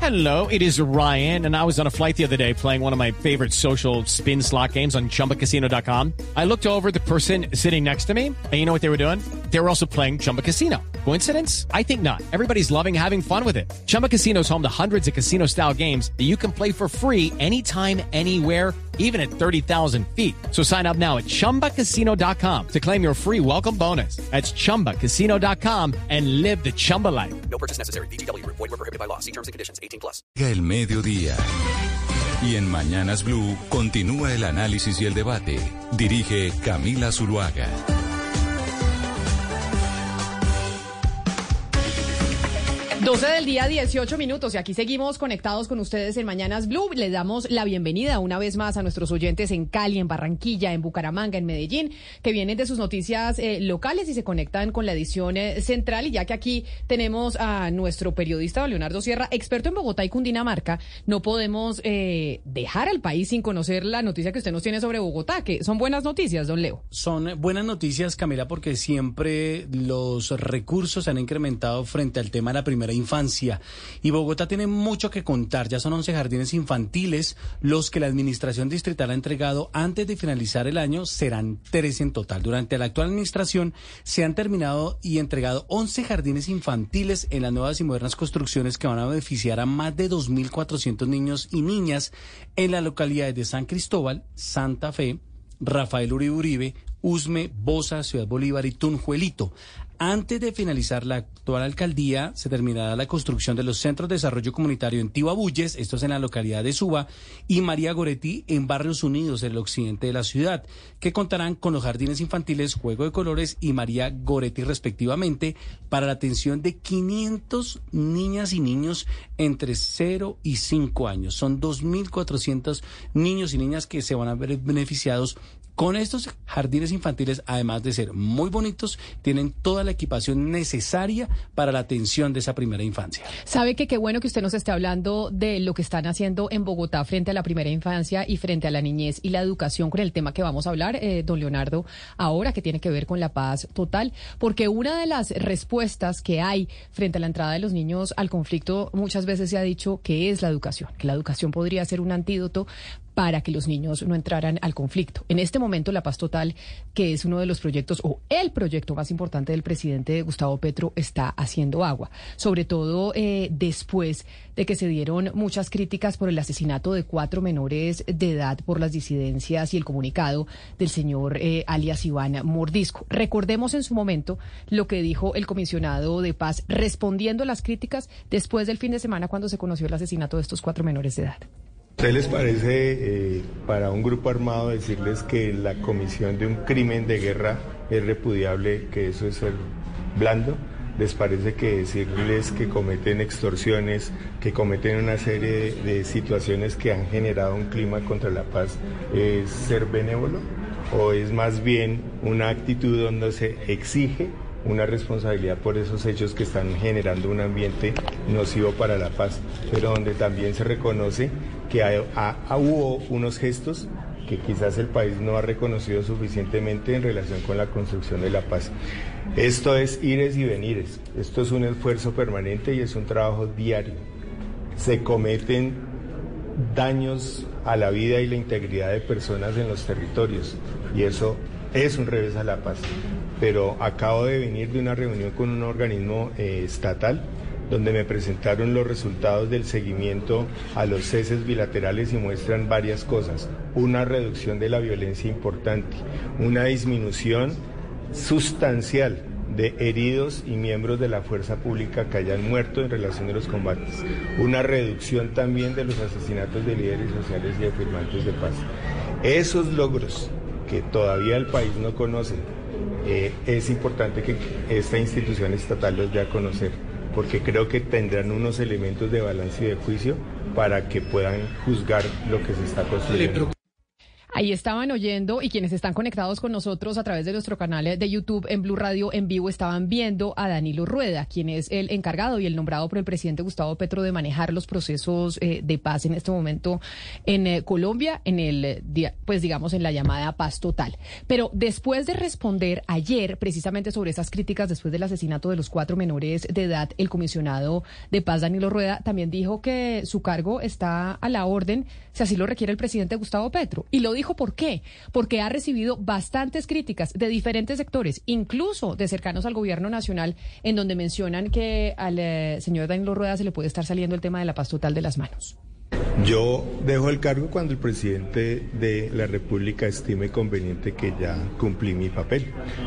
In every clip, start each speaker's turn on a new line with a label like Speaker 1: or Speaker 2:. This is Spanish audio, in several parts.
Speaker 1: Hello, it is Ryan, and I was on a flight the other day playing one of my favorite social spin slot games on ChumbaCasino.com. I looked over at the person sitting next to me, and you know what they were doing? They were also playing Chumba Casino. Coincidence? I think not. Everybody's loving having fun with it. Chumba Casino is home to hundreds of casino-style games that you can play for free anytime, anywhere, even at 30,000 feet. So sign up now at ChumbaCasino.com to claim your free welcome bonus. That's ChumbaCasino.com and live the Chumba life.
Speaker 2: No purchase necessary. VGW. Void were prohibited by law. See terms and conditions. 18+.
Speaker 3: El mediodía. Y en Mañanas Blue continúa el análisis y el debate. Dirige Camila Zuluaga.
Speaker 4: 12 del día, 18 minutos, y aquí seguimos conectados con ustedes en Mañanas Blue. Les damos la bienvenida una vez más a nuestros oyentes en Cali, en Barranquilla, en Bucaramanga, en Medellín, que vienen de sus noticias locales y se conectan con la edición central. Y ya que aquí tenemos a nuestro periodista don Leonardo Sierra, experto en Bogotá y Cundinamarca, no podemos dejar al país sin conocer la noticia que usted nos tiene sobre Bogotá, que son buenas noticias, don Leo.
Speaker 5: Son buenas noticias, Camila, porque siempre los recursos se han incrementado frente al tema de la primera infancia, y Bogotá tiene mucho que contar. Ya son 11 jardines infantiles los que la administración distrital ha entregado antes de finalizar el año. Serán 3 en total. Durante la actual administración se han terminado y entregado 11 jardines infantiles en las nuevas y modernas construcciones que van a beneficiar a más de 2.400 niños y niñas en las localidades de San Cristóbal, Santa Fe, Rafael Uribe Uribe, Usme, Bosa, Ciudad Bolívar y Tunjuelito. Antes de finalizar la actual alcaldía, se terminará la construcción de los centros de desarrollo comunitario en Tibabuyes, esto es en la localidad de Suba, y María Goretti en Barrios Unidos, en el occidente de la ciudad, que contarán con los jardines infantiles Juego de Colores y María Goretti respectivamente, para la atención de 500 niñas y niños entre 0 y 5 años. Son 2.400 niños y niñas que se van a ver beneficiados con estos jardines infantiles. Además de ser muy bonitos, tienen toda la equipación necesaria para la atención de esa primera infancia.
Speaker 4: Sabe que qué bueno que usted nos esté hablando de lo que están haciendo en Bogotá frente a la primera infancia y frente a la niñez y la educación, con el tema que vamos a hablar, don Leonardo, ahora, que tiene que ver con la paz total, porque una de las respuestas que hay frente a la entrada de los niños al conflicto muchas veces se ha dicho que es la educación, que la educación podría ser un antídoto para que los niños no entraran al conflicto. En este momento, la paz total, que es uno de los proyectos o el proyecto más importante del presidente Gustavo Petro, está haciendo agua, sobre todo después de que se dieron muchas críticas por el asesinato de 4 menores de edad por las disidencias y el comunicado del señor alias Iván Mordisco. Recordemos en su momento lo que dijo el comisionado de paz respondiendo a las críticas después del fin de semana, cuando se conoció el asesinato de estos 4 menores de edad.
Speaker 6: ¿Qué les parece para un grupo armado decirles que la comisión de un crimen de guerra es repudiable, que eso es ser blando? ¿Les parece que decirles que cometen extorsiones, que cometen una serie de situaciones que han generado un clima contra la paz es ser benévolo? ¿O es más bien una actitud donde se exige una responsabilidad por esos hechos que están generando un ambiente nocivo para la paz, pero donde también se reconoce que hubo unos gestos que quizás el país no ha reconocido suficientemente en relación con la construcción de la paz? Esto es ires y venires, esto es un esfuerzo permanente y es un trabajo diario. Se cometen daños a la vida y la integridad de personas en los territorios, y eso es un revés a la paz. Pero acabo de venir de una reunión con un organismo estatal, donde me presentaron los resultados del seguimiento a los ceses bilaterales y muestran varias cosas: una reducción de la violencia importante, una disminución sustancial de heridos y miembros de la fuerza pública que hayan muerto en relación de los combates, una reducción también de los asesinatos de líderes sociales y de firmantes de paz. Esos logros que todavía el país no conoce, es importante que esta institución estatal los dé a conocer, porque creo que tendrán unos elementos de balance y de juicio para que puedan juzgar lo que se está construyendo.
Speaker 4: Ahí estaban oyendo, y quienes están conectados con nosotros a través de nuestro canal de YouTube en Blue Radio en vivo estaban viendo a Danilo Rueda, quien es el encargado y el nombrado por el presidente Gustavo Petro de manejar los procesos de paz en este momento en Colombia, en el pues digamos en la llamada paz total. Pero después de responder ayer precisamente sobre esas críticas después del asesinato de los 4 menores de edad, el comisionado de paz Danilo Rueda también dijo que su cargo está a la orden si así lo requiere el presidente Gustavo Petro. Y lo dijo ¿por qué? Porque ha recibido bastantes críticas de diferentes sectores, incluso de cercanos al gobierno nacional, en donde mencionan que al señor Danilo Rueda se le puede estar saliendo el tema de la paz total de las manos.
Speaker 6: Yo dejo el cargo cuando el presidente de la República estime conveniente que ya cumplí mi papel.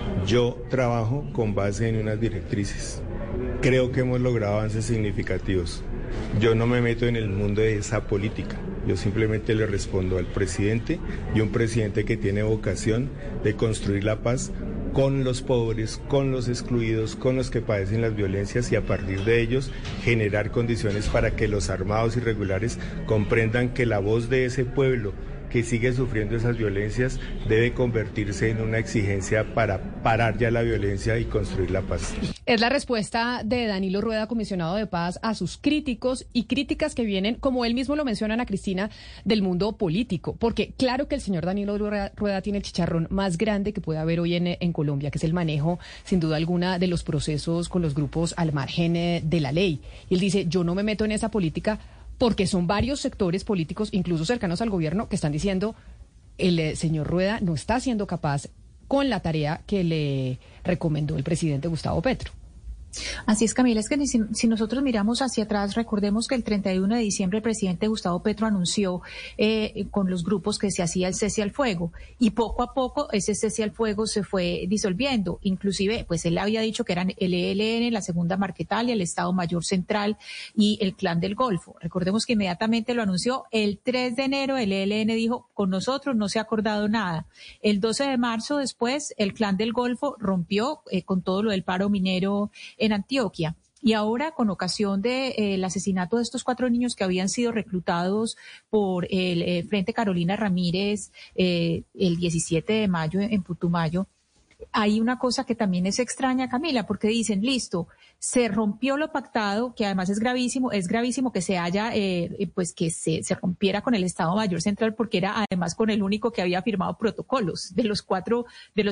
Speaker 6: Yo trabajo con base en unas directrices. Creo que hemos logrado avances significativos. Yo no me meto en el mundo de esa política. Yo simplemente le respondo al presidente, y un presidente que tiene vocación de construir la paz con los pobres, con los excluidos, con los que padecen las violencias, y a partir de ellos generar condiciones para que los armados irregulares comprendan que la voz de ese pueblo que sigue sufriendo esas violencias debe convertirse en una exigencia para parar ya la violencia y construir la paz.
Speaker 4: Es la respuesta de Danilo Rueda, comisionado de paz, a sus críticos y críticas que vienen, como él mismo lo menciona, Ana Cristina, del mundo político. Porque claro que el señor Danilo Rueda tiene el chicharrón más grande que puede haber hoy en Colombia, que es el manejo, sin duda alguna, de los procesos con los grupos al margen de la ley. Y él dice, yo no me meto en esa política porque son varios sectores políticos, incluso cercanos al gobierno, que están diciendo el señor Rueda no está siendo capaz con la tarea que le recomendó el presidente Gustavo Petro.
Speaker 7: Así es, Camila, es que si nosotros miramos hacia atrás, recordemos que el 31 de diciembre el presidente Gustavo Petro anunció con los grupos que se hacía el cese al fuego, y poco a poco ese cese al fuego se fue disolviendo. Inclusive, pues él había dicho que eran el ELN, la Segunda Marquetalia, el Estado Mayor Central y el Clan del Golfo. Recordemos que inmediatamente lo anunció. El 3 de enero el ELN dijo, con nosotros no se ha acordado nada. El 12 de marzo después el Clan del Golfo rompió con todo lo del paro minero en Antioquia. Y ahora, con ocasión del asesinato de estos 4 niños que habían sido reclutados por el Frente Carolina Ramírez el 17 de mayo en Putumayo, hay una cosa que también es extraña, Camila, porque dicen, listo, se rompió lo pactado, que además es gravísimo que se haya, pues que se rompiera con el Estado Mayor Central, porque era además con el único que había firmado protocolos. De los cuatro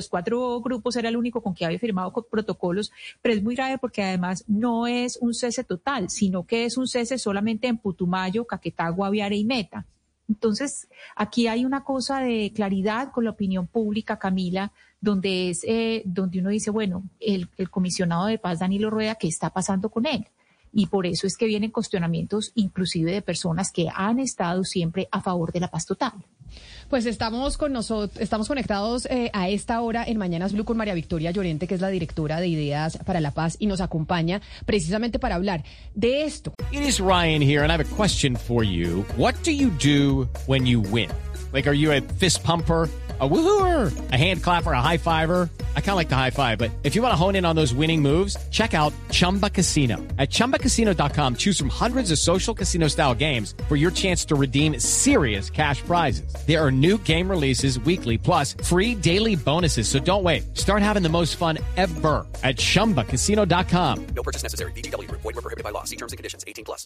Speaker 7: grupos era el único con que había firmado protocolos, pero es muy grave porque además no es un cese total, sino que es un cese solamente en Putumayo, Caquetá, Guaviare y Meta. Entonces, aquí hay una cosa de claridad con la opinión pública, Camila, donde uno dice, bueno, el comisionado de paz Danilo Rueda, ¿qué está pasando con él? Y por eso es que vienen cuestionamientos inclusive de personas que han estado siempre a favor de la paz total.
Speaker 4: Pues estamos conectados a esta hora en Mañanas Blue con María Victoria Llorente, que es la directora de Ideas para la Paz, y nos acompaña precisamente para hablar de esto.
Speaker 1: It is Ryan here, and I have a question for you. What do you do when you win? Like, are you a fist pumper, a woohooer, a hand clapper, a high fiver? I kind of like the high five, but if you want to hone in on those winning moves, check out Chumba Casino. At ChumbaCasino.com, choose from hundreds of social casino-style games for your chance to redeem serious cash prizes. There are new game releases weekly, plus free daily bonuses, so don't wait. Start having the most fun ever at ChumbaCasino.com.
Speaker 2: No purchase necessary. VGW Group. Void where prohibited by law. See terms and conditions. 18+.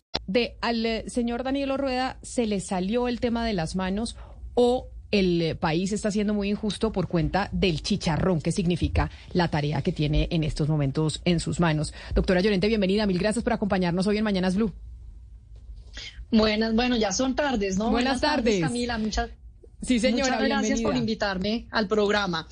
Speaker 4: Al señor Danilo Rueda se le salió el tema de las manos, o el país está siendo muy injusto por cuenta del chicharrón que significa la tarea que tiene en estos momentos en sus manos. Doctora Llorente, bienvenida. Mil gracias por acompañarnos hoy en Mañanas Blue.
Speaker 8: Bueno, ya son tardes, ¿no?
Speaker 4: Buenas tardes,
Speaker 8: Camila.
Speaker 4: Sí, señora,
Speaker 8: muchas gracias
Speaker 4: bienvenida
Speaker 8: por invitarme al programa.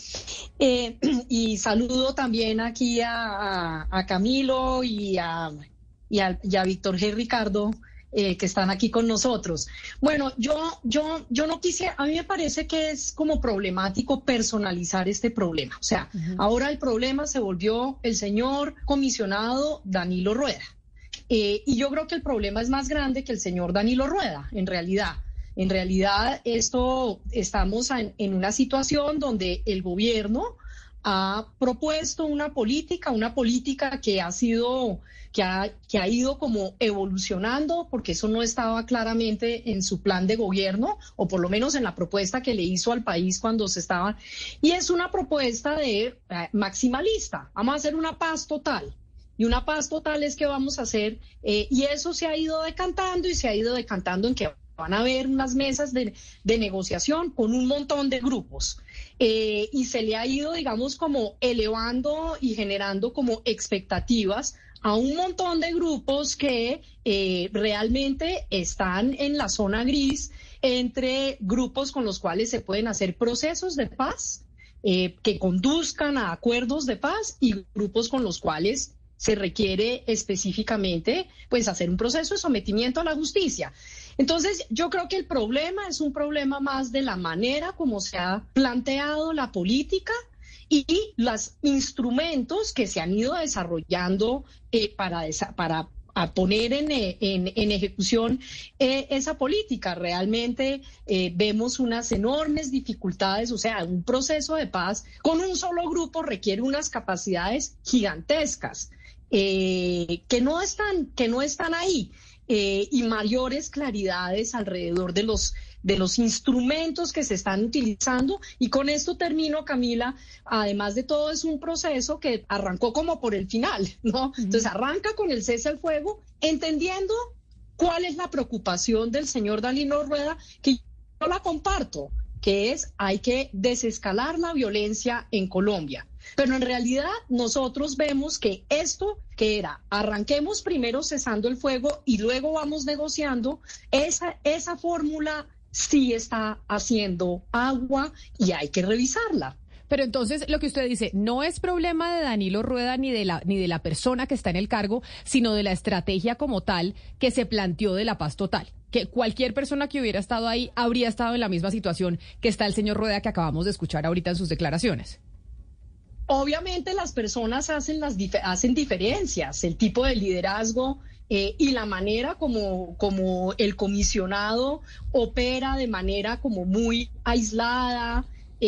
Speaker 8: Y saludo también aquí a Camilo y a Víctor G. Ricardo, que están aquí con nosotros. Bueno, yo no quisiera, a mí me parece que es como problemático personalizar este problema. O sea, ahora el problema se volvió el señor comisionado Danilo Rueda. Y yo creo que el problema es más grande que el señor Danilo Rueda, en realidad. En realidad, estamos en una situación donde el gobierno ha propuesto una política que ha sido, que ha ido como evolucionando, porque eso no estaba claramente en su plan de gobierno, o por lo menos en la propuesta que le hizo al país cuando se estaba, y es una propuesta de maximalista. Vamos a hacer una paz total. Y una paz total es que vamos a hacer, y eso se ha ido decantando en que van a haber unas mesas de negociación con un montón de grupos. Y se le ha ido, digamos, como elevando y generando como expectativas a un montón de grupos que realmente están en la zona gris entre grupos con los cuales se pueden hacer procesos de paz que conduzcan a acuerdos de paz y grupos con los cuales se requiere específicamente pues hacer un proceso de sometimiento a la justicia. Entonces, yo creo que el problema es un problema más de la manera como se ha planteado la política y los instrumentos que se han ido desarrollando para poner en ejecución esa política. Realmente vemos unas enormes dificultades, o sea, un proceso de paz con un solo grupo requiere unas capacidades gigantescas que no están ahí. Y mayores claridades alrededor de los instrumentos que se están utilizando. Y con esto termino, Camila. Además de todo, es un proceso que arrancó como por el final, ¿no? Entonces arranca con el cese al fuego, entendiendo cuál es la preocupación del señor Danilo Rueda, que yo la comparto, que es hay que desescalar la violencia en Colombia. Pero en realidad nosotros vemos que esto que era arranquemos primero cesando el fuego y luego vamos negociando, esa fórmula sí está haciendo agua y hay que revisarla.
Speaker 4: Pero entonces lo que usted dice no es problema de Danilo Rueda ni de la persona que está en el cargo, sino de la estrategia como tal que se planteó de la paz total. Que cualquier persona que hubiera estado ahí habría estado en la misma situación que está el señor Rueda que acabamos de escuchar ahorita en sus declaraciones.
Speaker 8: Obviamente las personas hacen diferencias, el tipo de liderazgo y la manera como el comisionado opera de manera como muy aislada,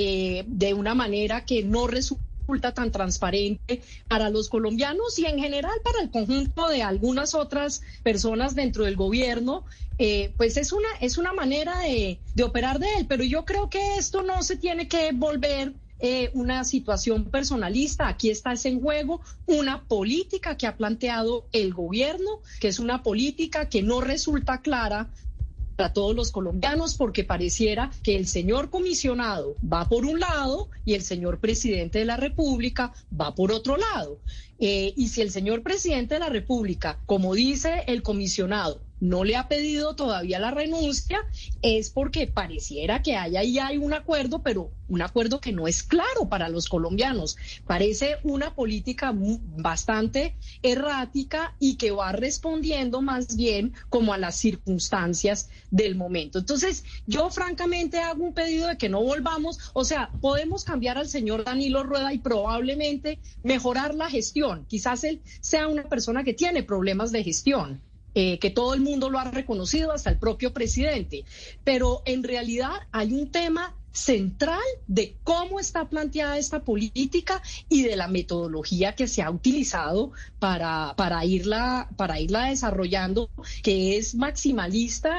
Speaker 8: de una manera que no resulta tan transparente para los colombianos y en general para el conjunto de algunas otras personas dentro del gobierno. Pues es una manera de operar de él, pero yo creo que esto no se tiene que volver una situación personalista. Aquí está en juego una política que ha planteado el gobierno, que es una política que no resulta clara para todos los colombianos, porque pareciera que el señor comisionado va por un lado y el señor presidente de la República va por otro lado. Y si el señor presidente de la República, como dice el comisionado, no le ha pedido todavía la renuncia, es porque pareciera que hay un acuerdo, pero un acuerdo que no es claro para los colombianos. Parece una política bastante errática y que va respondiendo más bien como a las circunstancias del momento. Entonces, yo francamente hago un pedido de que no volvamos, o sea, podemos cambiar al señor Danilo Rueda y probablemente mejorar la gestión. Quizás él sea una persona que tiene problemas de gestión. Que todo el mundo lo ha reconocido, hasta el propio presidente. Pero en realidad hay un tema central de cómo está planteada esta política y de la metodología que se ha utilizado para irla desarrollando, que es maximalista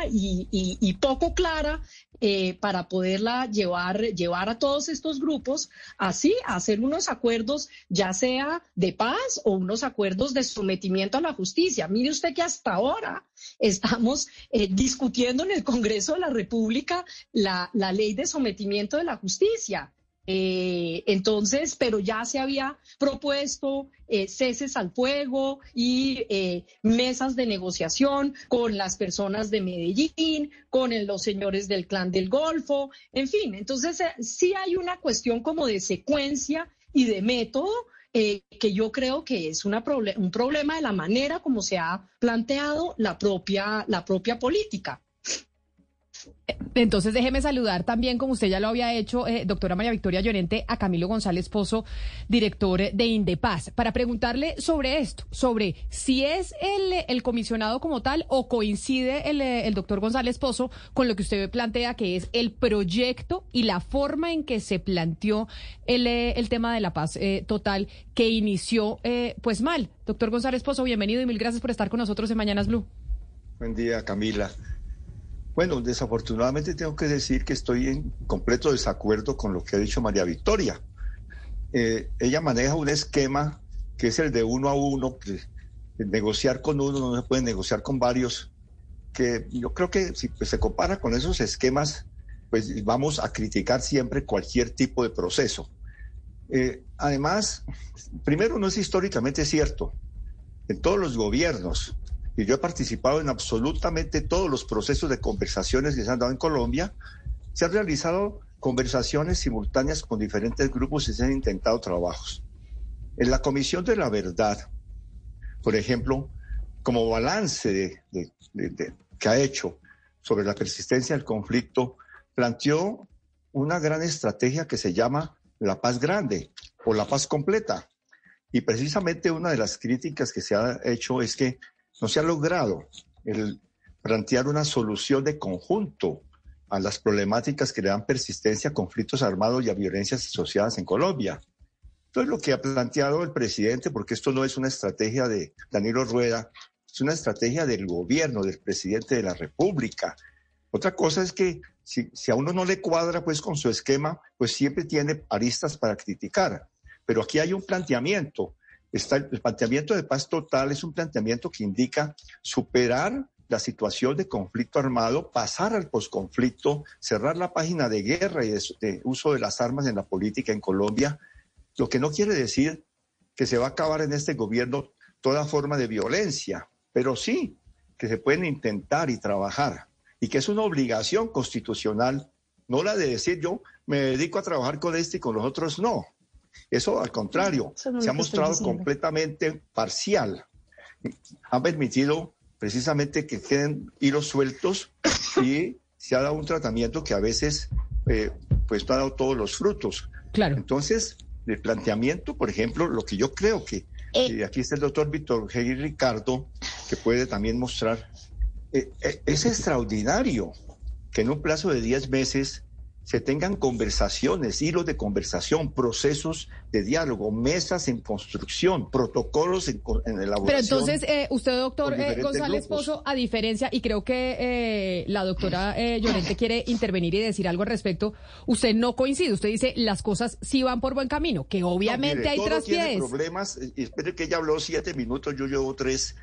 Speaker 8: y poco clara para poderla llevar a todos estos grupos así a hacer unos acuerdos, ya sea de paz o unos acuerdos de sometimiento a la justicia. Mire usted que hasta ahora estamos discutiendo en el Congreso de la República la ley de sometimiento de la justicia. Entonces, pero ya se había propuesto ceses al fuego y mesas de negociación con las personas de Medellín, con los señores del Clan del Golfo, en fin. Entonces, sí hay una cuestión como de secuencia y de método que yo creo que es un problema de la manera como se ha planteado la propia política.
Speaker 4: Entonces déjeme saludar también, como usted ya lo había hecho, doctora María Victoria Llorente, a Camilo González Pozo, director de Indepaz, para preguntarle sobre esto, sobre si es el comisionado como tal o coincide el doctor González Pozo con lo que usted plantea, que es el proyecto y la forma en que se planteó el tema de la paz total, que inició pues mal. Doctor González Pozo, bienvenido y mil gracias por estar con nosotros en Mañanas Blue.
Speaker 9: Buen día, Camila. Bueno, desafortunadamente tengo que decir que estoy en completo desacuerdo con lo que ha dicho María Victoria. Ella maneja un esquema que es el de uno a uno, que negociar con uno no se puede negociar con varios, que yo creo que si se compara con esos esquemas, pues vamos a criticar siempre cualquier tipo de proceso. Además, primero, no es históricamente cierto. En todos los gobiernos, y yo he participado en absolutamente todos los procesos de conversaciones que se han dado en Colombia, se han realizado conversaciones simultáneas con diferentes grupos y se han intentado trabajos. En la Comisión de la Verdad, por ejemplo, como balance que ha hecho sobre la persistencia del conflicto, planteó una gran estrategia que se llama la paz grande o la paz completa. Y precisamente una de las críticas que se ha hecho es que no se ha logrado el plantear una solución de conjunto a las problemáticas que le dan persistencia a conflictos armados y a violencias asociadas en Colombia. Entonces, lo que ha planteado el presidente, porque esto no es una estrategia de Danilo Rueda, es una estrategia del gobierno, del presidente de la República. Otra cosa es que si a uno no le cuadra pues con su esquema, pues siempre tiene aristas para criticar. Pero aquí hay un planteamiento. El planteamiento de paz total es un planteamiento que indica superar la situación de conflicto armado, pasar al posconflicto, cerrar la página de guerra y de uso de las armas en la política en Colombia, lo que no quiere decir que se va a acabar en este gobierno toda forma de violencia, pero sí que se pueden intentar y trabajar, y que es una obligación constitucional, no la de decir yo me dedico a trabajar con este y con los otros no. Eso, al contrario, se ha mostrado completamente parcial. Ha permitido precisamente que queden hilos sueltos y se ha dado un tratamiento que a veces pues no ha dado todos los frutos.
Speaker 4: Claro.
Speaker 9: Entonces, el planteamiento, por ejemplo, lo que yo creo que aquí está el doctor Víctor G. Ricardo, que puede también mostrar, es extraordinario que en un plazo de 10 meses se tengan conversaciones, hilos de conversación, procesos de diálogo, mesas en construcción, protocolos en elaboración.
Speaker 4: Pero entonces, usted, doctor González Pozo, a diferencia, y creo que la doctora Llorente quiere intervenir y decir algo al respecto, usted no coincide, usted dice las cosas sí van por buen camino, que obviamente no, mire, hay traspiés.
Speaker 9: Todo tiene problemas, espere que ella habló 7 minutos, yo llevo 3.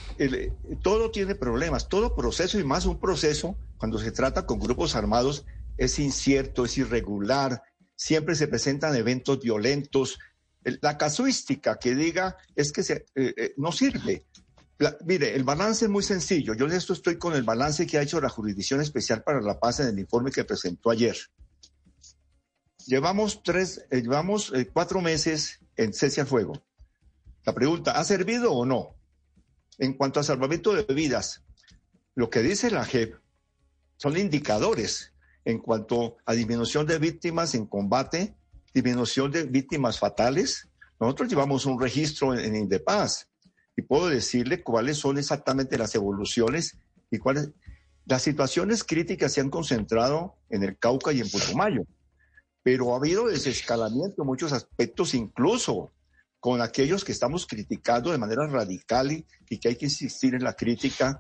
Speaker 9: Todo tiene problemas, todo proceso y más un proceso, cuando se trata con grupos armados, es incierto, es irregular, siempre se presentan eventos violentos. La casuística que diga es que no sirve. Mire, el balance es muy sencillo. Yo en esto estoy con el balance que ha hecho la Jurisdicción Especial para la Paz en el informe que presentó ayer. Llevamos 4 meses en cese al fuego. La pregunta, ¿ha servido o no? En cuanto a salvamento de vidas, lo que dice la JEP son indicadores. En cuanto a disminución de víctimas en combate, disminución de víctimas fatales, nosotros llevamos un registro en Indepaz y puedo decirle cuáles son exactamente las evoluciones y cuáles. Las situaciones críticas se han concentrado en el Cauca y en Putumayo, pero ha habido desescalamiento en muchos aspectos, incluso con aquellos que estamos criticando de manera radical y que hay que insistir en la crítica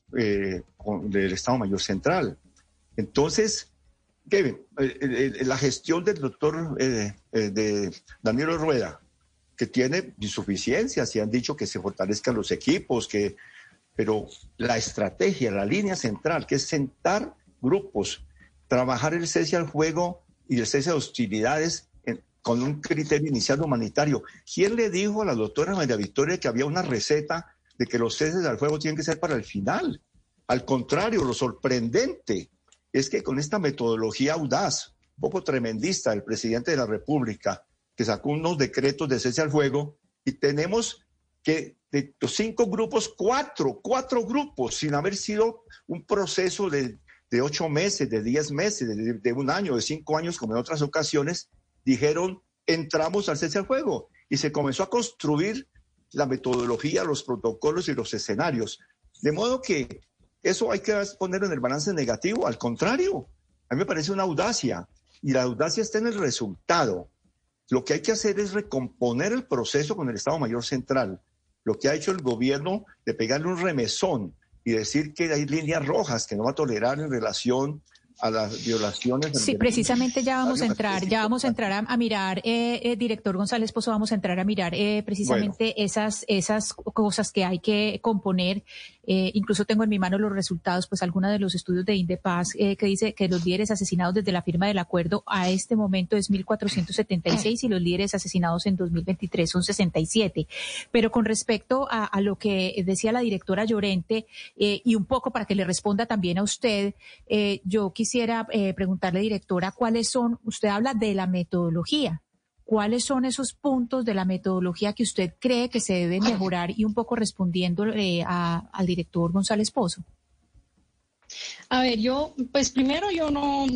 Speaker 9: del Estado Mayor Central. Entonces, Kevin, la gestión del doctor de Danilo Rueda, que tiene insuficiencias, y han dicho que se fortalezcan los equipos, pero la estrategia, la línea central, que es sentar grupos, trabajar el cese al fuego y el cese de hostilidades con un criterio inicial humanitario. ¿Quién le dijo a la doctora María Victoria que había una receta de que los ceses al fuego tienen que ser para el final? Al contrario, lo sorprendente es que con esta metodología audaz, un poco tremendista del presidente de la República, que sacó unos decretos de cese al fuego, y tenemos que de los 5 grupos, 4 grupos, sin haber sido un proceso de de 8 meses, de 10 meses, de 1 año, de 5 años, como en otras ocasiones, dijeron, entramos al cese al fuego. Y se comenzó a construir la metodología, los protocolos y los escenarios. De modo que eso hay que ponerlo en el balance negativo. Al contrario, a mí me parece una audacia. Y la audacia está en el resultado. Lo que hay que hacer es recomponer el proceso con el Estado Mayor Central. Lo que ha hecho el gobierno de pegarle un remesón y decir que hay líneas rojas que no va a tolerar en relación a las violaciones.
Speaker 7: Sí, precisamente ya vamos a entrar a mirar, director González Pozo, vamos a entrar a mirar precisamente esas cosas que hay que componer. Incluso tengo en mi mano los resultados, pues algunos de los estudios de Indepaz que dice que los líderes asesinados desde la firma del acuerdo a este momento es 1.476 y los líderes asesinados en 2023 son 67. Pero con respecto a lo que decía la directora Llorente, y un poco para que le responda también a usted, yo quisiera preguntarle, directora, ¿cuáles son? Usted habla de la metodología. ¿Cuáles son esos puntos de la metodología que usted cree que se deben mejorar? Y un poco respondiendo al director González Pozo.
Speaker 8: A ver, pues primero yo no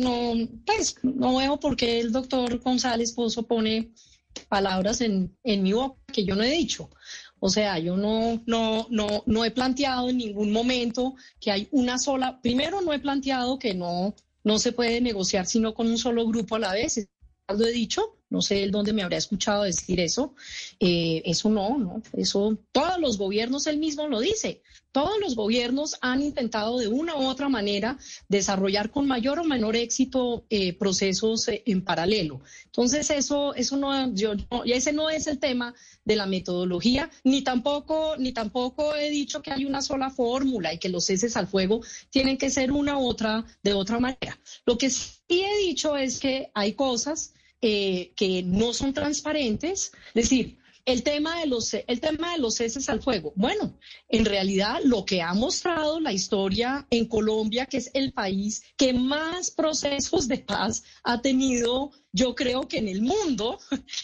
Speaker 8: veo por qué el doctor González Pozo pone palabras en mi boca que yo no he dicho. O sea, yo no he planteado en ningún momento que hay una sola. Primero, no he planteado que no se puede negociar sino con un solo grupo a la vez. Lo he dicho. No sé dónde me habría escuchado decir eso. Eso no. Eso todos los gobiernos, él mismo lo dice. Todos los gobiernos han intentado de una u otra manera desarrollar con mayor o menor éxito procesos en paralelo. Entonces eso no, ese no es el tema de la metodología, ni tampoco he dicho que hay una sola fórmula y que los ceses al fuego tienen que ser una u otra de otra manera. Lo que sí he dicho es que hay cosas que no son transparentes, es decir, el tema de los ceses al fuego. Bueno, en realidad lo que ha mostrado la historia en Colombia, que es el país que más procesos de paz ha tenido, yo creo que en el mundo,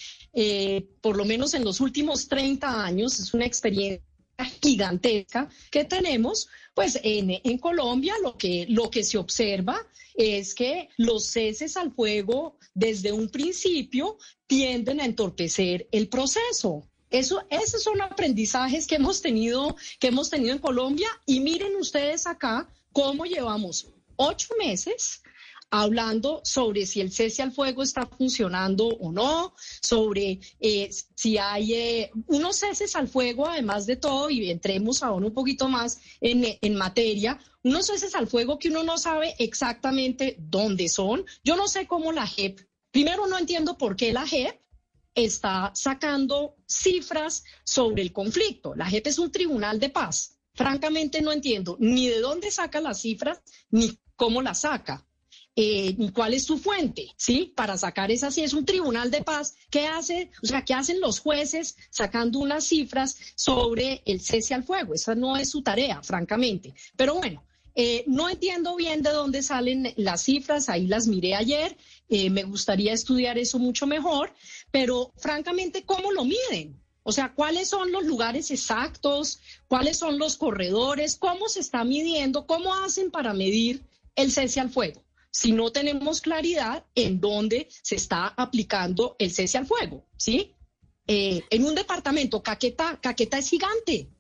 Speaker 8: por lo menos en los últimos 30 años, es una experiencia gigantesca que tenemos, pues en Colombia lo que se observa es que los ceses al fuego desde un principio tienden a entorpecer el proceso. Esos son aprendizajes que hemos tenido en Colombia, y miren ustedes acá cómo llevamos 8 meses hablando sobre si el cese al fuego está funcionando o no, sobre si hay unos ceses al fuego, además de todo, y entremos ahora un poquito más en materia, unos ceses al fuego que uno no sabe exactamente dónde son. Yo no sé cómo la JEP, primero no entiendo por qué la JEP está sacando cifras sobre el conflicto. La JEP es un tribunal de paz. Francamente no entiendo ni de dónde saca las cifras, ni cómo las saca. Ni cuál es su fuente, ¿sí? Para sacar esa, si es un tribunal de paz, ¿qué hace? O sea, ¿qué hacen los jueces sacando unas cifras sobre el cese al fuego? Esa no es su tarea, francamente. Pero bueno, no entiendo bien de dónde salen las cifras, ahí las miré ayer, me gustaría estudiar eso mucho mejor, pero francamente, ¿cómo lo miden? O sea, ¿cuáles son los lugares exactos? ¿Cuáles son los corredores? ¿Cómo se está midiendo? ¿Cómo hacen para medir el cese al fuego? Si no tenemos claridad en dónde se está aplicando el cese al fuego, ¿sí? En un departamento, Caquetá es gigante,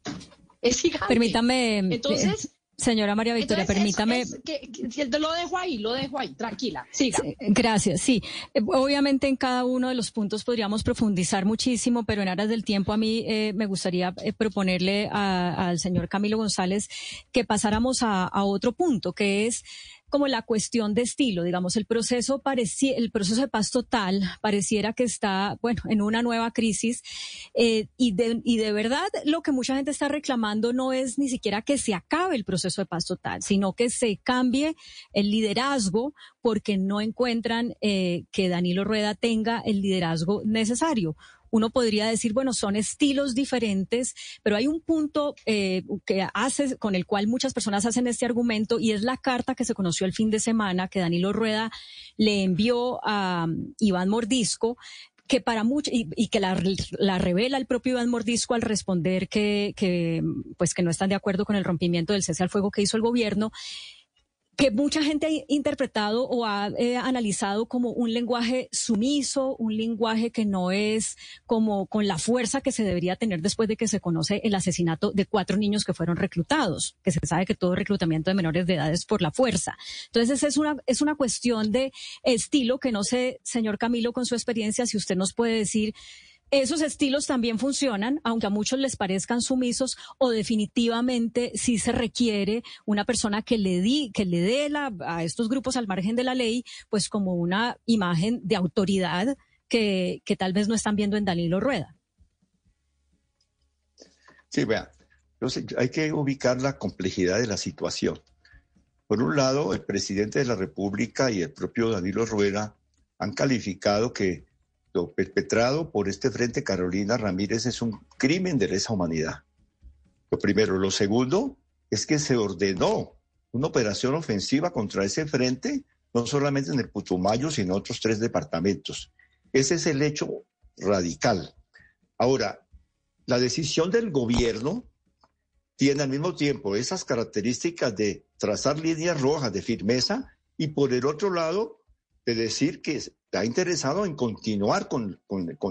Speaker 4: Permítame,
Speaker 8: entonces,
Speaker 4: señora María Victoria, permítame.
Speaker 8: Lo dejo ahí, tranquila, siga.
Speaker 4: Gracias, sí. Obviamente en cada uno de los puntos podríamos profundizar muchísimo, pero en aras del tiempo a mí me gustaría proponerle al señor Camilo González que pasáramos a otro punto, que es como la cuestión de estilo, digamos, el proceso de paz total pareciera que está, bueno, en una nueva crisis, y de verdad lo que mucha gente está reclamando no es ni siquiera que se acabe el proceso de paz total, sino que se cambie el liderazgo, porque no encuentran que Danilo Rueda tenga el liderazgo necesario. Uno podría decir, bueno, son estilos diferentes, pero hay un punto con el cual muchas personas hacen este argumento, y es la carta que se conoció el fin de semana que Danilo Rueda le envió a Iván Mordisco, que para muchos, y que la revela el propio Iván Mordisco al responder que no están de acuerdo con el rompimiento del cese al fuego que hizo el gobierno,
Speaker 10: que mucha gente ha interpretado o ha analizado como un lenguaje sumiso, un lenguaje que no es como con la fuerza que se debería tener después de que se conoce el asesinato de 4 niños que fueron reclutados, que se sabe que todo reclutamiento de menores de edad es por la fuerza. Entonces es una cuestión de estilo que no sé, señor Camilo, con su experiencia, si usted nos puede decir, ¿esos estilos también funcionan, aunque a muchos les parezcan sumisos, o definitivamente sí se requiere una persona que le dé a estos grupos al margen de la ley, pues como una imagen de autoridad que tal vez no están viendo en Danilo Rueda?
Speaker 9: Sí, vea, hay que ubicar la complejidad de la situación. Por un lado, el presidente de la República y el propio Danilo Rueda han calificado que lo perpetrado por este Frente Carolina Ramírez es un crimen de lesa humanidad. Lo primero. Lo segundo es que se ordenó una operación ofensiva contra ese frente, no solamente en el Putumayo, sino en otros 3 departamentos. Ese es el hecho radical. Ahora, la decisión del gobierno tiene al mismo tiempo esas características de trazar líneas rojas de firmeza y por el otro lado de decir que está interesado en continuar con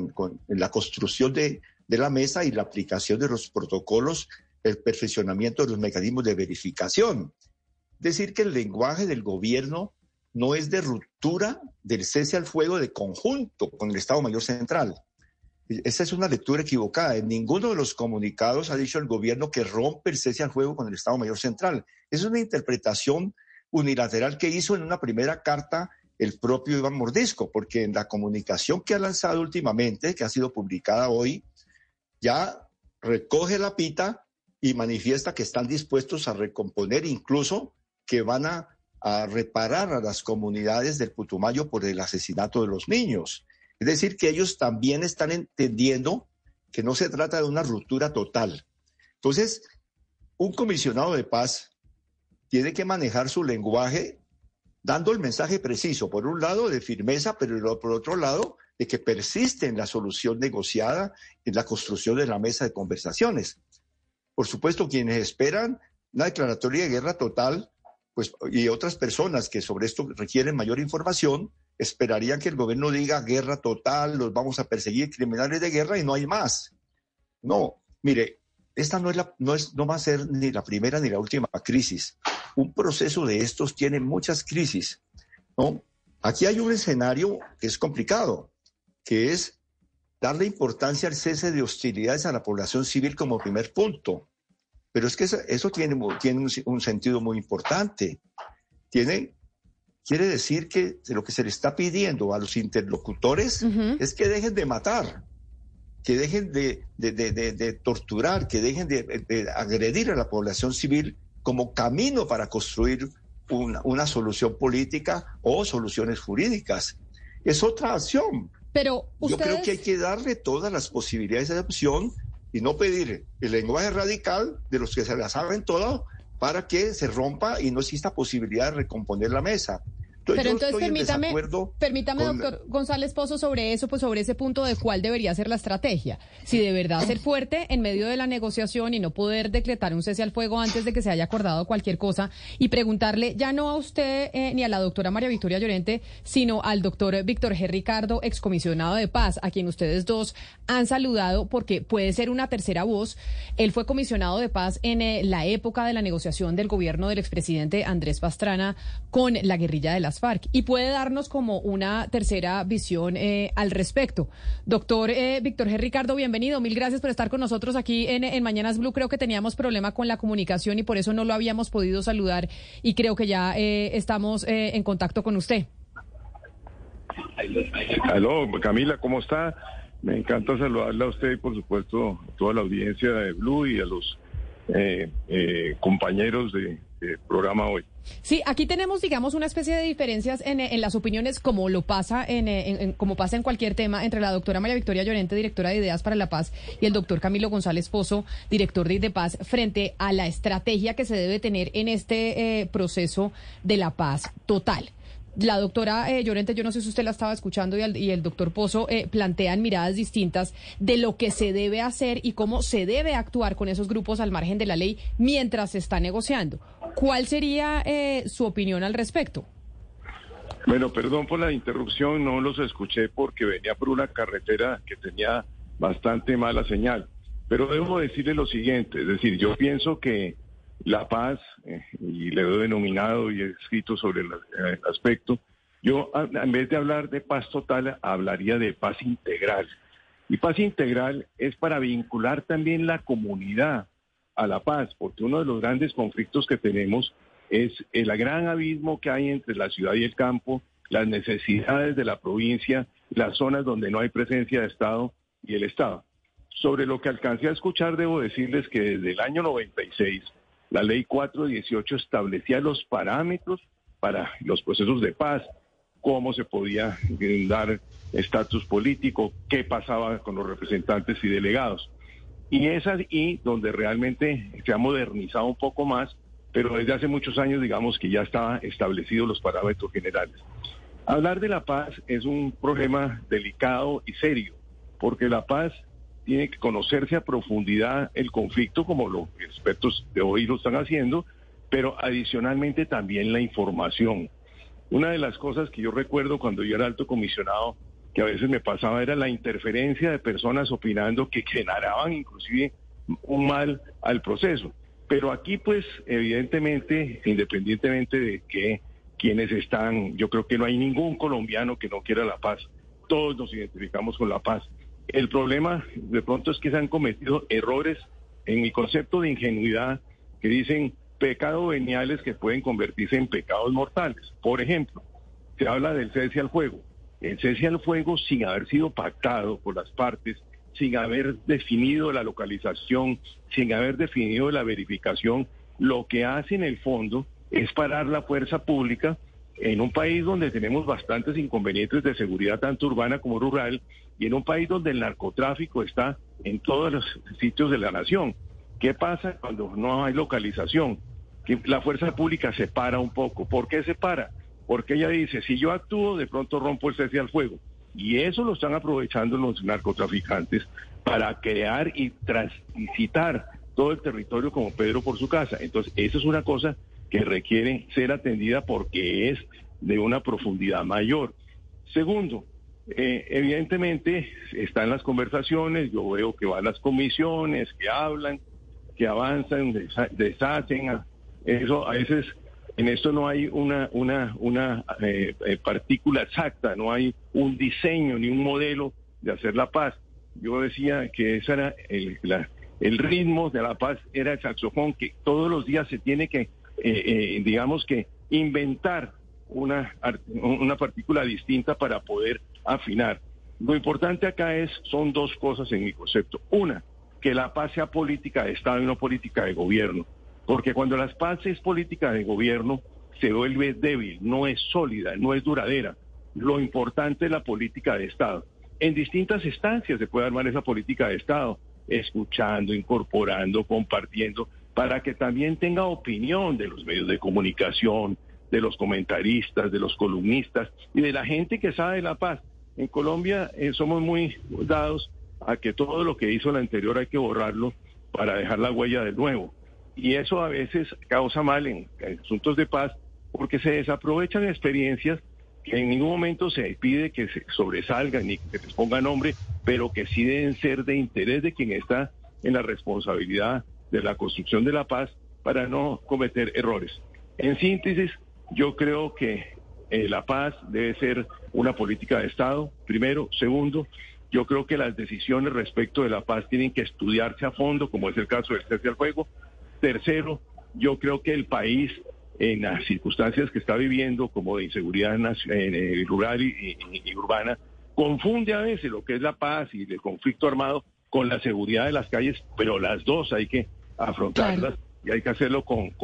Speaker 9: la construcción de la mesa y la aplicación de los protocolos, el perfeccionamiento de los mecanismos de verificación. Es decir, que el lenguaje del gobierno no es de ruptura del cese al fuego de conjunto con el Estado Mayor Central. Esa es una lectura equivocada. En ninguno de los comunicados ha dicho el gobierno que rompe el cese al fuego con el Estado Mayor Central. Es una interpretación unilateral que hizo en una primera carta el propio Iván Mordisco, porque en la comunicación que ha lanzado últimamente, que ha sido publicada hoy, ya recoge la pita y manifiesta que están dispuestos a recomponer, incluso que van a reparar a las comunidades del Putumayo por el asesinato de los niños. Es decir, que ellos también están entendiendo que no se trata de una ruptura total. Entonces, un comisionado de paz tiene que manejar su lenguaje dando el mensaje preciso, por un lado de firmeza, pero por otro lado de que persiste en la solución negociada, en la construcción de la mesa de conversaciones. Por supuesto, quienes esperan una declaratoria de guerra total, pues, y otras personas que sobre esto requieren mayor información, esperarían que el gobierno diga guerra total, los vamos a perseguir, criminales de guerra, y no hay más. No, mire, esta no va a ser ni la primera ni la última crisis. Un proceso de estos tiene muchas crisis, ¿no? Aquí hay un escenario que es complicado, que es darle importancia al cese de hostilidades a la población civil como primer punto. Pero es que eso tiene un sentido muy importante. Quiere decir que lo que se le está pidiendo a los interlocutores es que dejen de matar, que dejen de torturar, que dejen de agredir a la población civil como camino para construir una solución política o soluciones jurídicas. Es otra opción.
Speaker 4: Pero
Speaker 9: yo creo que hay que darle todas las posibilidades de opción y no pedir el lenguaje radical de los que se la saben todo para que se rompa y no exista posibilidad de recomponer la mesa.
Speaker 4: Pero entonces permítame, doctor González Pozo, sobre eso, pues sobre ese punto de cuál debería ser la estrategia. Si de verdad ser fuerte en medio de la negociación y no poder decretar un cese al fuego antes de que se haya acordado cualquier cosa, y preguntarle ya no a usted ni a la doctora María Victoria Llorente, sino al doctor Víctor G. Ricardo, excomisionado de paz, a quien ustedes dos han saludado porque puede ser una tercera voz. Él fue comisionado de paz en la época de la negociación del gobierno del expresidente Andrés Pastrana con la guerrilla de las FARC y puede darnos como una tercera visión al respecto. Doctor Víctor G. Ricardo, bienvenido. Mil gracias por estar con nosotros aquí en Mañanas Blue. Creo que teníamos problema con la comunicación y por eso no lo habíamos podido saludar y creo que ya estamos en contacto con usted.
Speaker 11: Aló, Camila, ¿cómo está? Me encanta saludarla a usted y por supuesto a toda la audiencia de Blue y a los compañeros del programa hoy.
Speaker 4: Sí, aquí tenemos, digamos, una especie de diferencias en las opiniones, como lo pasa como pasa en cualquier tema, entre la doctora María Victoria Llorente, directora de Ideas para la Paz, y el doctor Camilo González Pozo, director de IDEPAZ, frente a la estrategia que se debe tener en este proceso de la paz total. La doctora Llorente, yo no sé si usted la estaba escuchando, y el doctor Pozo plantean miradas distintas de lo que se debe hacer y cómo se debe actuar con esos grupos al margen de la ley mientras se está negociando. ¿Cuál sería su opinión al respecto?
Speaker 11: Bueno, perdón por la interrupción, no los escuché porque venía por una carretera que tenía bastante mala señal. Pero debo decirle lo siguiente, es decir, yo pienso que la paz, y le he denominado y he escrito sobre el aspecto, yo en vez de hablar de paz total, hablaría de paz integral. Y paz integral es para vincular también la comunidad a la paz, porque uno de los grandes conflictos que tenemos es el gran abismo que hay entre la ciudad y el campo, las necesidades de la provincia, las zonas donde no hay presencia de Estado y el Estado. Sobre lo que alcancé a escuchar, debo decirles que desde el año 96, la ley 418 establecía los parámetros para los procesos de paz, cómo se podía dar estatus político, qué pasaba con los representantes y delegados. Y es ahí donde realmente se ha modernizado un poco más, pero desde hace muchos años, digamos que ya estaban establecidos los parámetros generales. Hablar de la paz es un problema delicado y serio, porque la paz tiene que conocerse a profundidad el conflicto, como los expertos de hoy lo están haciendo, pero adicionalmente también la información. Una de las cosas que yo recuerdo cuando yo era alto comisionado, que a veces me pasaba, era la interferencia de personas opinando que generaban inclusive un mal al proceso. Pero aquí, pues, evidentemente, independientemente de que quienes están, yo creo que no hay ningún colombiano que no quiera la paz. Todos nos identificamos con la paz. El problema, de pronto, es que se han cometido errores en mi concepto de ingenuidad que dicen pecados veniales que pueden convertirse en pecados mortales. Por ejemplo, se habla del cese al fuego. El cese al fuego, sin haber sido pactado por las partes, sin haber definido la localización, sin haber definido la verificación, lo que hace en el fondo es parar la fuerza pública en un país donde tenemos bastantes inconvenientes de seguridad, tanto urbana como rural, y en un país donde el narcotráfico está en todos los sitios de la nación. ¿Qué pasa cuando no hay localización? Que la fuerza pública se para un poco. ¿Por qué se para? Porque ella dice, si yo actúo, de pronto rompo el cese al fuego. Y eso lo están aprovechando los narcotraficantes para crear y transitar todo el territorio como Pedro por su casa. Entonces, eso es una cosa que requiere ser atendida porque es de una profundidad mayor. Segundo, evidentemente están las conversaciones, yo veo que van las comisiones, que hablan, que avanzan, deshacen. Eso a veces en esto no hay una partícula exacta, no hay un diseño ni un modelo de hacer la paz. Yo decía que ese era el ritmo de la paz, era el saxofón, que todos los días se tiene que, digamos que, inventar una partícula distinta para poder afinar. Lo importante acá son dos cosas en mi concepto. Una, que la paz sea política de Estado y no política de gobierno. Porque cuando la paz es política de gobierno, se vuelve débil, no es sólida, no es duradera. Lo importante es la política de Estado. En distintas instancias se puede armar esa política de Estado, escuchando, incorporando, compartiendo, para que también tenga opinión de los medios de comunicación, de los comentaristas, de los columnistas y de la gente que sabe de la paz. En Colombia somos muy dados a que todo lo que hizo la anterior hay que borrarlo para dejar la huella del nuevo. Y eso a veces causa mal en asuntos de paz porque se desaprovechan experiencias que en ningún momento se pide que se sobresalgan ni que se les ponga nombre, pero que sí deben ser de interés de quien está en la responsabilidad de la construcción de la paz para no cometer errores. En síntesis, yo creo que la paz debe ser una política de Estado, primero. Segundo, yo creo que las decisiones respecto de la paz tienen que estudiarse a fondo, como es el caso del cese al fuego. Tercero, yo creo que el país, en las circunstancias que está viviendo, como de inseguridad rural y urbana, confunde a veces lo que es la paz y el conflicto armado con la seguridad de las calles, pero las dos hay que afrontarlas. Claro. Y hay que hacerlo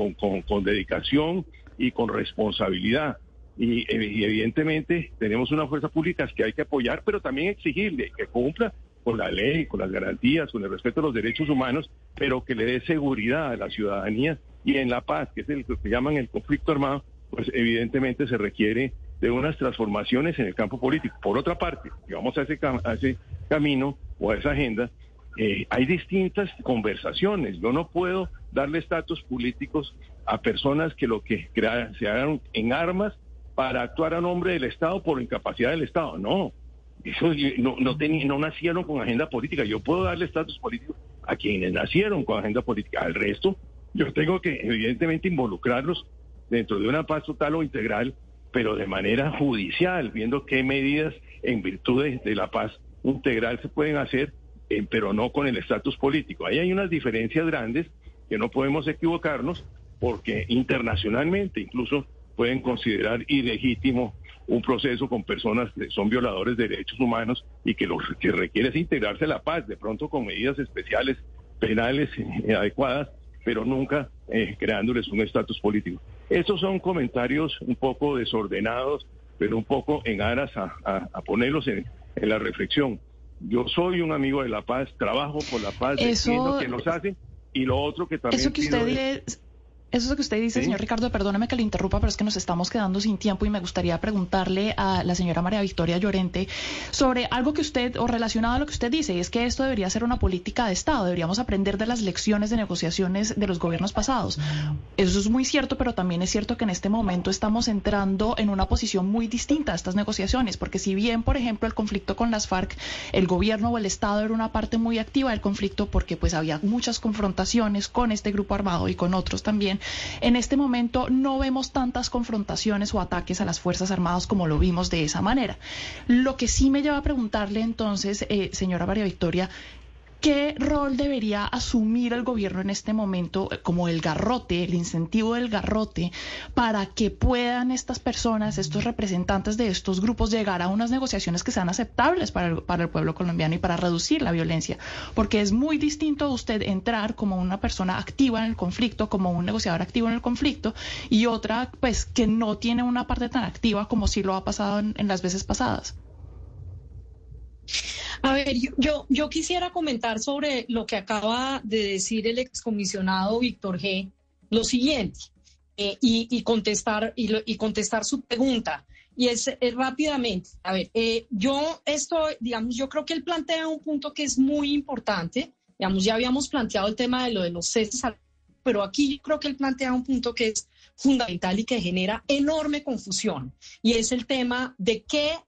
Speaker 11: con dedicación y con responsabilidad. Y evidentemente tenemos una fuerza pública que hay que apoyar, pero también exigirle que cumpla con la ley, con las garantías, con el respeto a los derechos humanos, pero que le dé seguridad a la ciudadanía. Y en la paz, que es el que llaman el conflicto armado, pues evidentemente se requiere de unas transformaciones en el campo político. Por otra parte, si vamos a ese camino o a esa agenda, hay distintas conversaciones. Yo no puedo darle estatus políticos a personas que se hagan en armas para actuar a nombre del Estado por incapacidad del Estado. No, eso no nacieron con agenda política. Yo puedo darle estatus político a quienes nacieron con agenda política. Al resto, yo tengo que evidentemente involucrarlos dentro de una paz total o integral, pero de manera judicial, viendo qué medidas en virtud de la paz integral se pueden hacer, pero no con el estatus político. Ahí hay unas diferencias grandes que no podemos equivocarnos, porque internacionalmente incluso pueden considerar ilegítimo un proceso con personas que son violadores de derechos humanos y que lo que requiere es integrarse a la paz, de pronto con medidas especiales, penales adecuadas, pero nunca creándoles un estatus político. Estos son comentarios un poco desordenados, pero un poco en aras a ponerlos en la reflexión. Yo soy un amigo de la paz, trabajo por la paz, defiendo que nos hacen, y lo otro que también
Speaker 12: Eso que usted dice, ¿sí? Señor Ricardo, perdóneme que le interrumpa, pero es que nos estamos quedando sin tiempo y me gustaría preguntarle a la señora María Victoria Llorente sobre algo que usted, o relacionado a lo que usted dice, y es que esto debería ser una política de Estado, deberíamos aprender de las lecciones de negociaciones de los gobiernos pasados. Eso es muy cierto, pero también es cierto que en este momento estamos entrando en una posición muy distinta a estas negociaciones, porque si bien, por ejemplo, el conflicto con las FARC, el gobierno o el Estado era una parte muy activa del conflicto porque pues había muchas confrontaciones con este grupo armado y con otros también. En este momento no vemos tantas confrontaciones o ataques a las Fuerzas Armadas como lo vimos de esa manera. Lo que sí me lleva a preguntarle entonces, señora María Victoria, ¿qué rol debería asumir el gobierno en este momento como el garrote, el incentivo del garrote, para que puedan estas personas, estos representantes de estos grupos, llegar a unas negociaciones que sean aceptables para el pueblo colombiano y para reducir la violencia? Porque es muy distinto usted entrar como una persona activa en el conflicto, como un negociador activo en el conflicto, y otra pues que no tiene una parte tan activa como sí lo ha pasado en las veces pasadas.
Speaker 8: A ver, yo quisiera comentar sobre lo que acaba de decir el excomisionado Víctor G. Lo siguiente, y contestar su pregunta, y es rápidamente. A ver, yo creo que él plantea un punto que es muy importante. Digamos, ya habíamos planteado el tema de los ceses, pero aquí yo creo que él plantea un punto que es fundamental y que genera enorme confusión, y es el tema de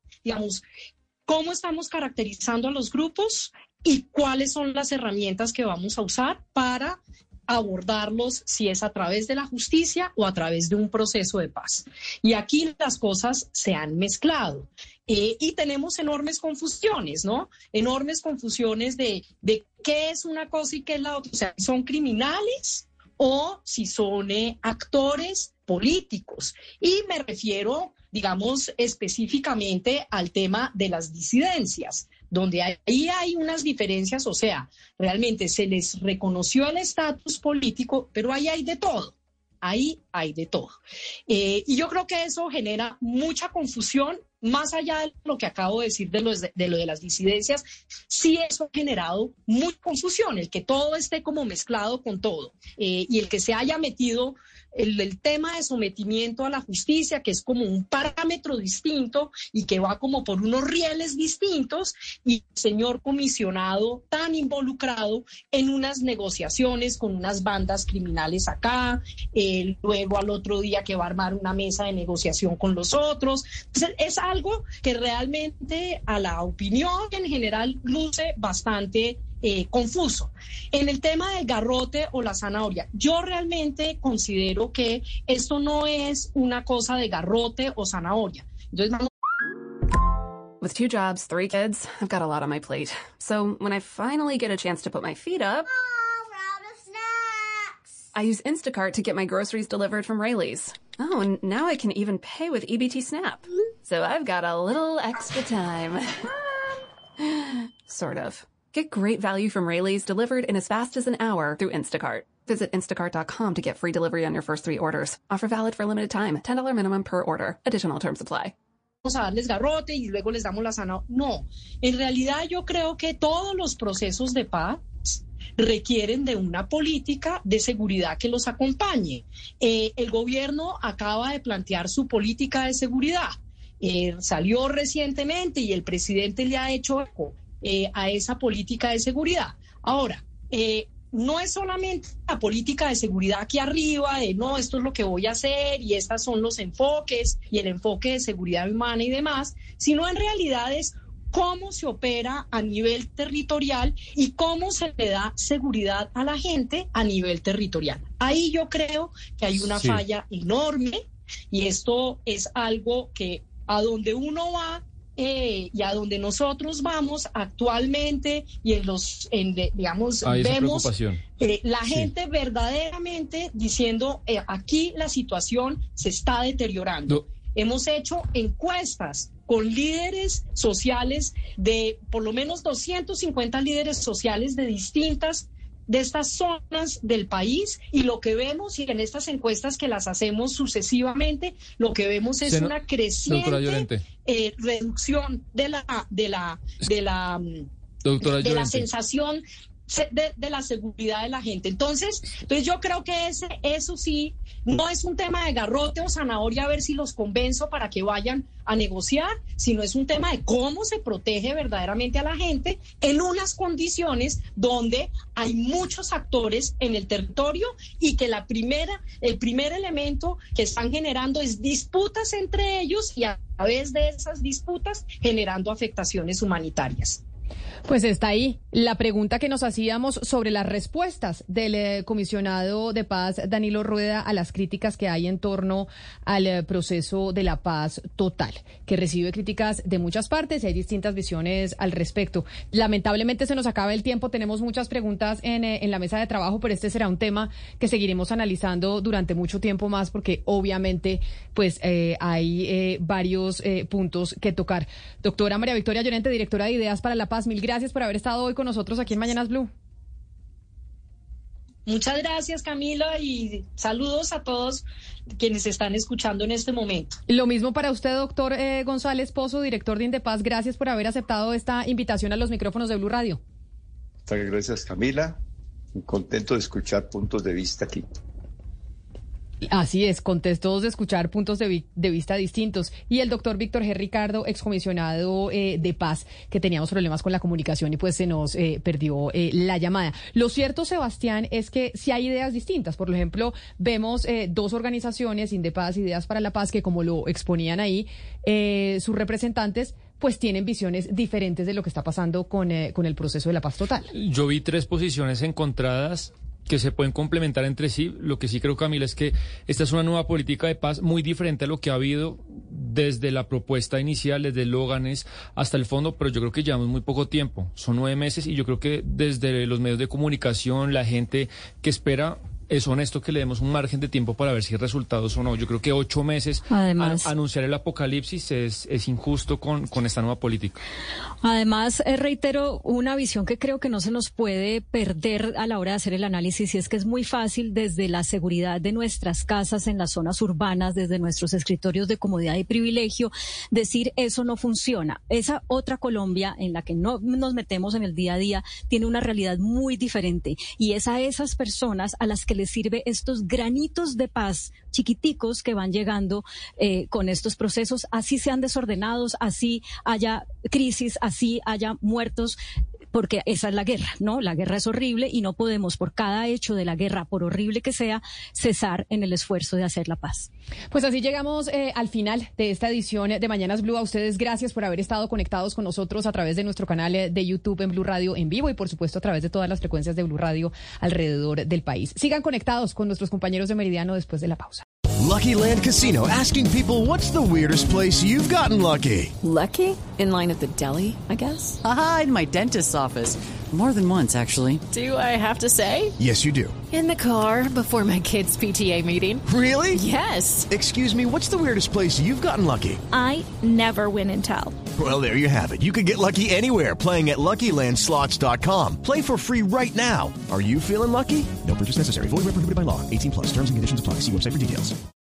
Speaker 8: cómo estamos caracterizando a los grupos y cuáles son las herramientas que vamos a usar para abordarlos, si es a través de la justicia o a través de un proceso de paz. Y aquí las cosas se han mezclado y tenemos enormes confusiones, ¿no? Enormes confusiones de qué es una cosa y qué es la otra. O sea, ¿son criminales o si son actores políticos? Y me refiero, digamos, específicamente al tema de las disidencias, donde ahí hay unas diferencias. O sea, realmente se les reconoció el estatus político, pero ahí hay de todo. Ahí hay de todo. Y yo creo que eso genera mucha confusión, más allá de lo que acabo de decir de lo de las disidencias. Sí, eso ha generado mucha confusión, el que todo esté como mezclado con todo, y el que se haya metido el tema de sometimiento a la justicia, que es como un parámetro distinto y que va como por unos rieles distintos, y el señor comisionado tan involucrado en unas negociaciones con unas bandas criminales acá, luego al otro día que va a armar una mesa de negociación con los otros. Entonces, es algo que realmente a la opinión en general luce bastante confuso. En el tema del garrote o la zanahoria, yo realmente considero que esto no es una cosa de garrote o zanahoria. Entonces, vamos.
Speaker 13: With 2 jobs, 3 kids, I've got a lot on my plate. So when I finally get a chance to put my feet up,
Speaker 14: we're out of snacks.
Speaker 13: I use Instacart to get my groceries delivered from Rayleigh's. Oh, and now I can even pay with EBT Snap. So I've got a little extra time. Sort of. Get great value from Rayleigh's delivered in as fast as an hour through Instacart. Visit instacart.com to get free delivery on your first 3 orders. Offer valid for a limited time. $10 minimum per order. Additional terms apply.
Speaker 8: Vamos a darles garrote y luego les damos la zanahoria. No, en realidad yo creo que todos los procesos de paz requieren de una política de seguridad que los acompañe. El gobierno acaba de plantear su política de seguridad. Salió recientemente y el presidente le ha hecho eco a esa política de seguridad. Ahora, no es solamente la política de seguridad aquí arriba, de no, esto es lo que voy a hacer y estos son los enfoques y el enfoque de seguridad humana y demás, sino en realidad es cómo se opera a nivel territorial y cómo se le da seguridad a la gente a nivel territorial. Ahí yo creo que hay una falla enorme y esto es algo que a donde uno va y a donde nosotros vamos actualmente y digamos, vemos la gente verdaderamente diciendo aquí la situación se está deteriorando. Hemos hecho encuestas con líderes sociales por lo menos 250 líderes sociales de estas zonas del país, y lo que vemos, y en estas encuestas que las hacemos sucesivamente, lo que vemos es una creciente reducción de la sensación de la seguridad de la gente. Entonces yo creo que eso sí, no es un tema de garrote o zanahoria a ver si los convenzo para que vayan a negociar, sino es un tema de cómo se protege verdaderamente a la gente en unas condiciones donde hay muchos actores en el territorio y que el primer elemento que están generando es disputas entre ellos y a través de esas disputas generando afectaciones humanitarias.
Speaker 4: Pues está ahí la pregunta que nos hacíamos sobre las respuestas del comisionado de paz Danilo Rueda a las críticas que hay en torno al proceso de la paz total, que recibe críticas de muchas partes y hay distintas visiones al respecto. Lamentablemente se nos acaba el tiempo, tenemos muchas preguntas en la mesa de trabajo, pero este será un tema que seguiremos analizando durante mucho tiempo más porque obviamente pues hay varios puntos que tocar. Doctora María Victoria Llorente, directora de Ideas para la Paz, mil gracias por haber estado hoy con nosotros aquí en Mañanas Blue.
Speaker 8: Muchas gracias, Camila, y saludos a todos quienes están escuchando en este momento.
Speaker 4: Lo mismo para usted, doctor González Pozo, director de Indepaz. Gracias por haber aceptado esta invitación a los micrófonos de Blue Radio.
Speaker 9: Muchas gracias, Camila. Contento de escuchar puntos de vista aquí.
Speaker 4: Así es, contentos de escuchar puntos de vista distintos. Y el doctor Víctor G. Ricardo, excomisionado de paz, que teníamos problemas con la comunicación y pues se nos perdió la llamada. Lo cierto, Sebastián, es que sí hay ideas distintas. Por ejemplo, vemos dos organizaciones, Indepaz, Ideas para la Paz, que como lo exponían ahí, sus representantes pues tienen visiones diferentes de lo que está pasando con el proceso de la paz total.
Speaker 15: Yo vi tres posiciones encontradas que se pueden complementar entre sí. Lo que sí creo, Camila, es que esta es una nueva política de paz muy diferente a lo que ha habido desde la propuesta inicial, desde eslóganes hasta el fondo, pero yo creo que llevamos muy poco tiempo, son 9 meses, y yo creo que desde los medios de comunicación, la gente que espera, es honesto que le demos un margen de tiempo para ver si hay resultados o no. Yo creo que 8 meses anunciar el apocalipsis es injusto con esta nueva política.
Speaker 10: Además, reitero una visión que creo que no se nos puede perder a la hora de hacer el análisis, y es que es muy fácil desde la seguridad de nuestras casas en las zonas urbanas, desde nuestros escritorios de comodidad y privilegio, decir eso no funciona. Esa otra Colombia en la que no nos metemos en el día a día tiene una realidad muy diferente, y es a esas personas a las que les sirve estos granitos de paz chiquiticos que van llegando con estos procesos, así sean desordenados, así haya crisis, así haya muertos, porque esa es la guerra, ¿no? La guerra es horrible y no podemos, por cada hecho de la guerra, por horrible que sea, cesar en el esfuerzo de hacer la paz.
Speaker 4: Pues así llegamos al final de esta edición de Mañanas Blue. A ustedes gracias por haber estado conectados con nosotros a través de nuestro canal de YouTube en Blue Radio en vivo y por supuesto a través de todas las frecuencias de Blue Radio alrededor del país. Sigan conectados con nuestros compañeros de Meridiano después de la pausa.
Speaker 16: Lucky Land Casino, asking people, what's the weirdest place you've gotten lucky?
Speaker 17: Lucky? In line at the deli, I guess?
Speaker 18: Aha, in my dentist's office. More than once, actually.
Speaker 17: Do I have to say?
Speaker 16: Yes, you do.
Speaker 17: In the car before my kids' PTA meeting.
Speaker 16: Really?
Speaker 17: Yes.
Speaker 16: Excuse me, what's the weirdest place you've gotten lucky?
Speaker 19: I never win and tell.
Speaker 16: Well, there you have it. You can get lucky anywhere, playing at LuckyLandSlots.com. Play for free right now. Are you feeling lucky? No purchase necessary. Void where prohibited by law. 18+. Terms and conditions apply. See website for details.